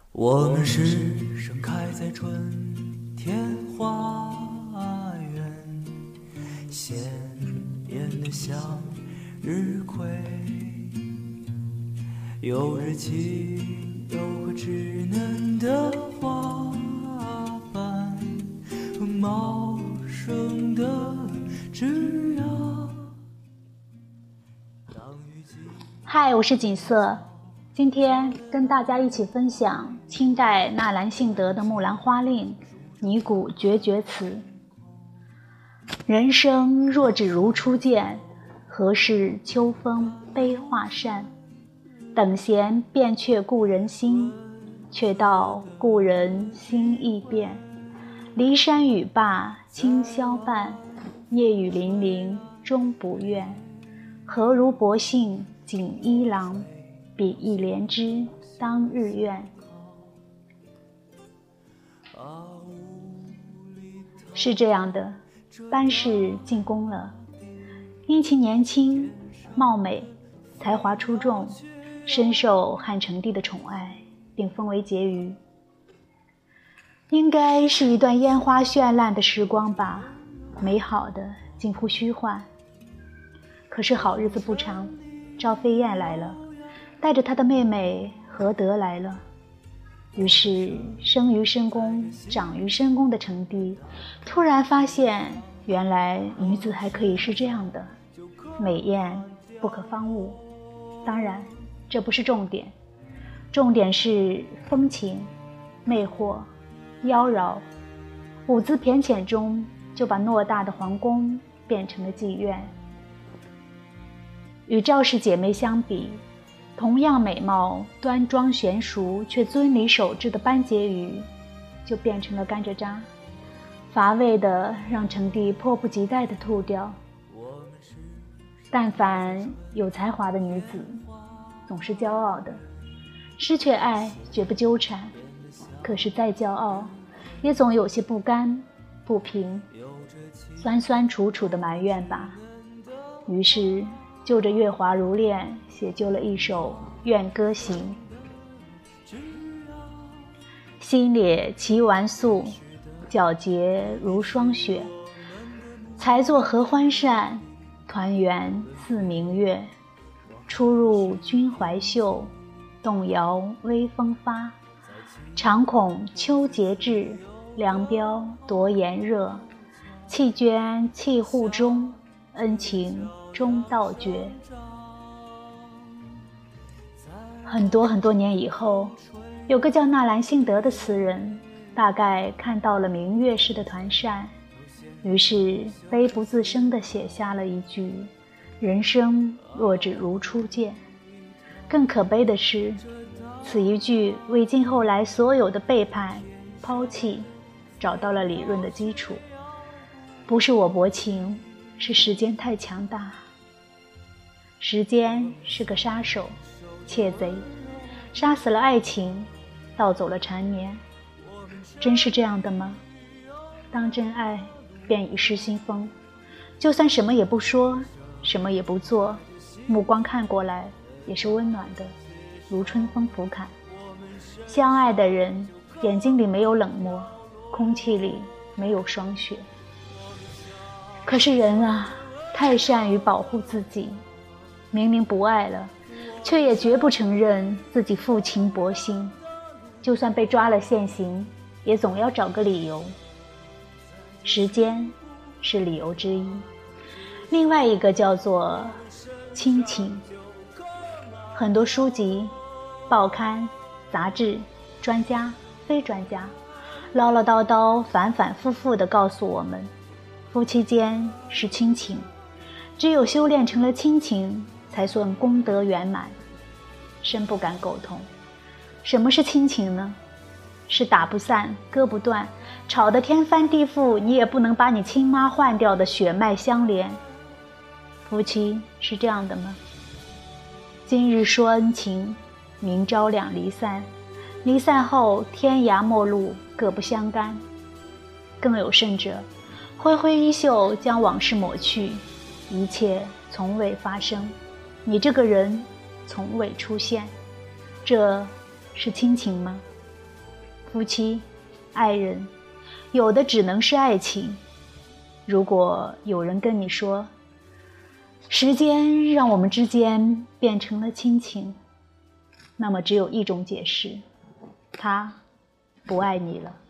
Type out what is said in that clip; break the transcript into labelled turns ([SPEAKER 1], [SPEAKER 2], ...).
[SPEAKER 1] 我们是盛开在春天花园，鲜艳的向日葵，有热情有个稚嫩的花瓣和茂盛的枝桠。
[SPEAKER 2] 嗨，我是锦瑟，今天跟大家一起分享清代纳兰性德的《木兰花令》拟古决绝词。人生若只如初见，何事秋风悲画扇？等闲变却故人心，却道故人心易变。骊山语罢清宵半，夜雨霖铃终不怨。何如薄幸锦衣郎，比翼连枝当日愿。是这样的，班氏进宫了，因其年轻貌美，才华出众，深受汉成帝的宠爱，并封为婕妤。应该是一段烟花绚烂的时光吧，美好的近乎虚幻。可是好日子不长，赵飞燕来了，带着她的妹妹何德来了。于是生于深宫长于深宫的成帝突然发现，原来女子还可以是这样的，美艳不可方物。当然这不是重点，重点是风情魅惑妖娆，舞姿翩跹中就把偌大的皇宫变成了妓院。与赵氏姐妹相比，同样美貌端庄娴熟却遵礼守制的班婕妤就变成了甘蔗渣，乏味的让成帝迫不及待地吐掉。但凡有才华的女子总是骄傲的，失却爱绝不纠缠，可是再骄傲也总有些不甘不平，酸酸楚楚的埋怨吧。于是就着月华如练写就了一首《怨歌行》。心裂其纨素，皎洁如霜雪。才作合欢扇，团圆似明月。出入君怀袖，动摇微风发。常恐秋节至，凉标夺炎热。弃捐弃户中，恩情终道绝。很多年以后，有个叫纳兰性德的词人，大概看到了明月似的团扇，于是悲不自胜地写下了一句：人生若只如初见。更可悲的是，此一句为今后来所有的背叛抛弃找到了理论的基础。不是我薄情，是时间太强大。时间是个杀手窃贼，杀死了爱情，盗走了缠绵。真是这样的吗？当真爱便已失心疯，就算什么也不说，什么也不做，目光看过来也是温暖的，如春风拂槛。相爱的人眼睛里没有冷漠，空气里没有霜雪。可是人啊，太善于保护自己，明明不爱了，却也绝不承认自己负情薄心，就算被抓了现行，也总要找个理由。时间是理由之一，另外一个叫做亲情。很多书籍、报刊、杂志、专家、非专家，唠唠叨叨、反反复复地告诉我们，夫妻间是亲情，只有修炼成了亲情，才算功德圆满。深不敢苟同。什么是亲情呢？是打不散割不断，吵得天翻地覆你也不能把你亲妈换掉的血脉相连。夫妻是这样的吗？今日说恩情，明朝两离散，离散后天涯陌路，各不相干。更有甚者，挥挥衣袖将往事抹去，一切从未发生，你这个人从未出现。这是亲情吗？ 夫妻、爱人，有的只能是爱情。如果有人跟你说，时间让我们之间变成了亲情，那么只有一种解释，他不爱你了。